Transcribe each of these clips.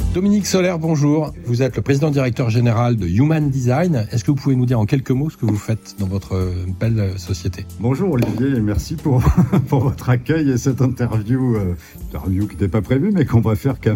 Dominique Soler, bonjour. Vous êtes le président directeur général de Human Design. Est-ce que vous pouvez nous dire en quelques mots ce que vous faites dans votre belle société ? Bonjour Olivier et merci pour votre accueil et cette interview qui n'était pas prévue mais qu'on va faire quand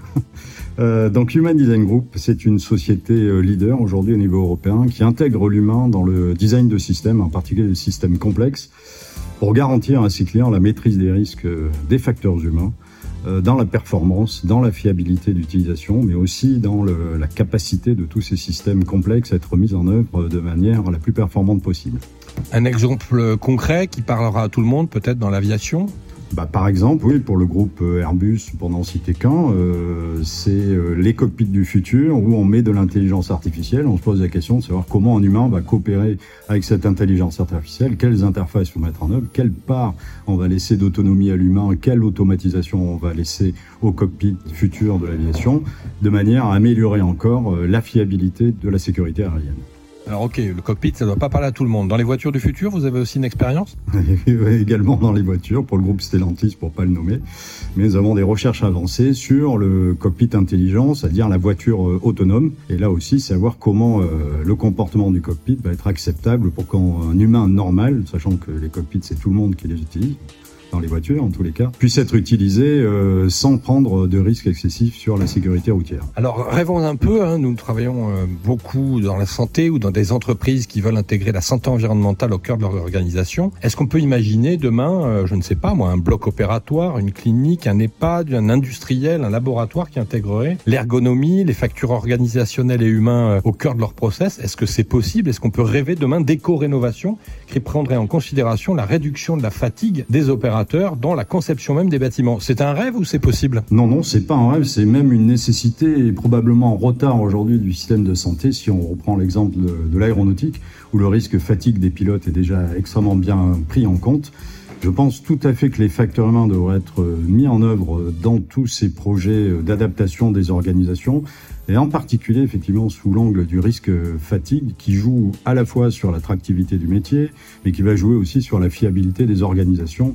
même. Donc Human Design Group, c'est une société leader aujourd'hui au niveau européen qui intègre l'humain dans le design de systèmes, en particulier des systèmes complexes, pour garantir à ses clients la maîtrise des risques des facteurs humains, dans la performance, dans la fiabilité d'utilisation, mais aussi dans la capacité de tous ces systèmes complexes à être mis en œuvre de manière la plus performante possible. Un exemple concret qui parlera à tout le monde, peut-être dans l'aviation ? Par exemple, oui, pour le groupe Airbus, pour n'en citer qu'un, c'est les cockpits du futur où on met de l'intelligence artificielle. On se pose la question de savoir comment un humain va coopérer avec cette intelligence artificielle, quelles interfaces il faut mettre en œuvre, quelle part on va laisser d'autonomie à l'humain, quelle automatisation on va laisser au cockpit futur de l'aviation, de manière à améliorer encore la fiabilité de la sécurité aérienne. Alors ok, le cockpit, ça ne doit pas parler à tout le monde. Dans les voitures du futur, vous avez aussi une expérience ? Également dans les voitures, pour le groupe Stellantis, pour ne pas le nommer. Mais nous avons des recherches avancées sur le cockpit intelligent, c'est-à-dire la voiture autonome. Et là aussi, savoir comment le comportement du cockpit va être acceptable pour qu'un humain normal, sachant que les cockpits, c'est tout le monde qui les utilise, dans les voitures en tous les cas, puisse être utilisé sans prendre de risques excessifs sur la sécurité routière. Alors rêvons un peu, nous travaillons beaucoup dans la santé ou dans des entreprises qui veulent intégrer la santé environnementale au cœur de leur organisation. Est-ce qu'on peut imaginer demain, je ne sais pas moi, un bloc opératoire, une clinique, un EHPAD, un industriel, un laboratoire qui intégrerait l'ergonomie, les facteurs organisationnels et humains au cœur de leur process ? Est-ce que c'est possible ? Est-ce qu'on peut rêver demain d'éco-rénovation qui prendrait en considération la réduction de la fatigue des opérateurs dans la conception même des bâtiments? C'est un rêve ou c'est possible ? Non, c'est pas un rêve, c'est même une nécessité et probablement en retard aujourd'hui du système de santé si on reprend l'exemple de l'aéronautique où le risque fatigue des pilotes est déjà extrêmement bien pris en compte. Je pense tout à fait que les facteurs humains devraient être mis en œuvre dans tous ces projets d'adaptation des organisations et en particulier effectivement sous l'angle du risque fatigue qui joue à la fois sur l'attractivité du métier mais qui va jouer aussi sur la fiabilité des organisations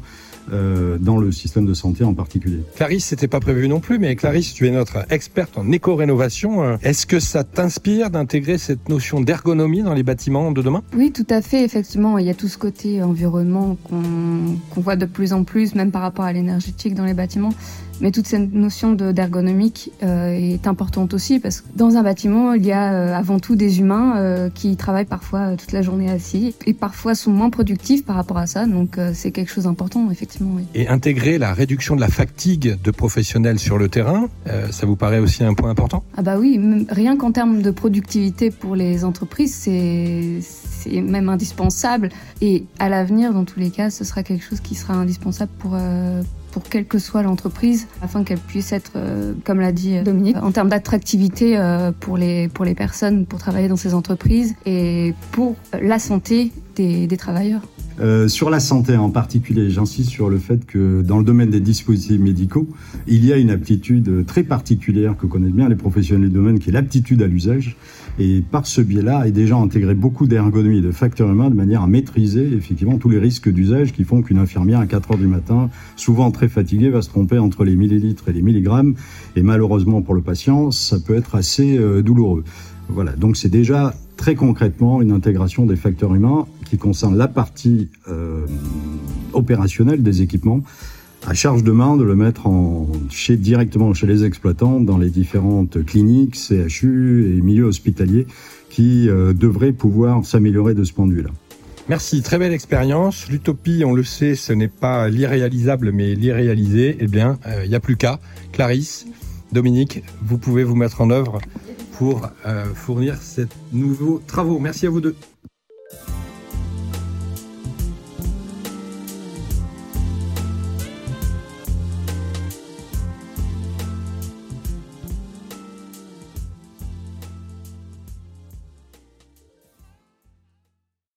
dans le système de santé en particulier. Clarisse, c'était pas prévu non plus, mais Clarisse, tu es notre experte en éco-rénovation. Est-ce que ça t'inspire d'intégrer cette notion d'ergonomie dans les bâtiments de demain ? Oui, tout à fait. Effectivement, il y a tout ce côté environnement qu'on voit de plus en plus, même par rapport à l'énergétique dans les bâtiments. Mais toute cette notion d'ergonomique est importante aussi parce que dans un bâtiment, il y a avant tout des humains qui travaillent parfois toute la journée assis et parfois sont moins productifs par rapport à ça. Donc c'est quelque chose d'important, effectivement. Oui. Et intégrer la réduction de la fatigue de professionnels sur le terrain, ça vous paraît aussi un point important ? Ah bah oui, rien qu'en termes de productivité pour les entreprises, c'est même indispensable. Et à l'avenir, dans tous les cas, ce sera quelque chose qui sera indispensable pour quelle que soit l'entreprise, afin qu'elle puisse être, comme l'a dit Dominique, en termes d'attractivité pour les personnes pour travailler dans ces entreprises et pour la santé des travailleurs. Sur la santé en particulier, j'insiste sur le fait que dans le domaine des dispositifs médicaux, il y a une aptitude très particulière que connaissent bien les professionnels du domaine, qui est l'aptitude à l'usage. Et par ce biais-là, est déjà intégré beaucoup d'ergonomie et de facteurs humains de manière à maîtriser effectivement tous les risques d'usage qui font qu'une infirmière à 4 heures du matin, souvent très fatiguée, va se tromper entre les millilitres et les milligrammes. Et malheureusement pour le patient, ça peut être assez douloureux. Voilà, donc c'est déjà très concrètement une intégration des facteurs humains qui concerne la partie opérationnelle des équipements, à charge de main de le mettre directement chez les exploitants dans les différentes cliniques, CHU et milieux hospitaliers qui devraient pouvoir s'améliorer de ce point de vue-là. Merci, très belle expérience. L'utopie, on le sait, ce n'est pas l'irréalisable mais l'irréalisé. Eh bien, il n'y a plus qu'à. Clarisse, Dominique, vous pouvez vous mettre en œuvre pour fournir ces nouveaux travaux. Merci à vous deux.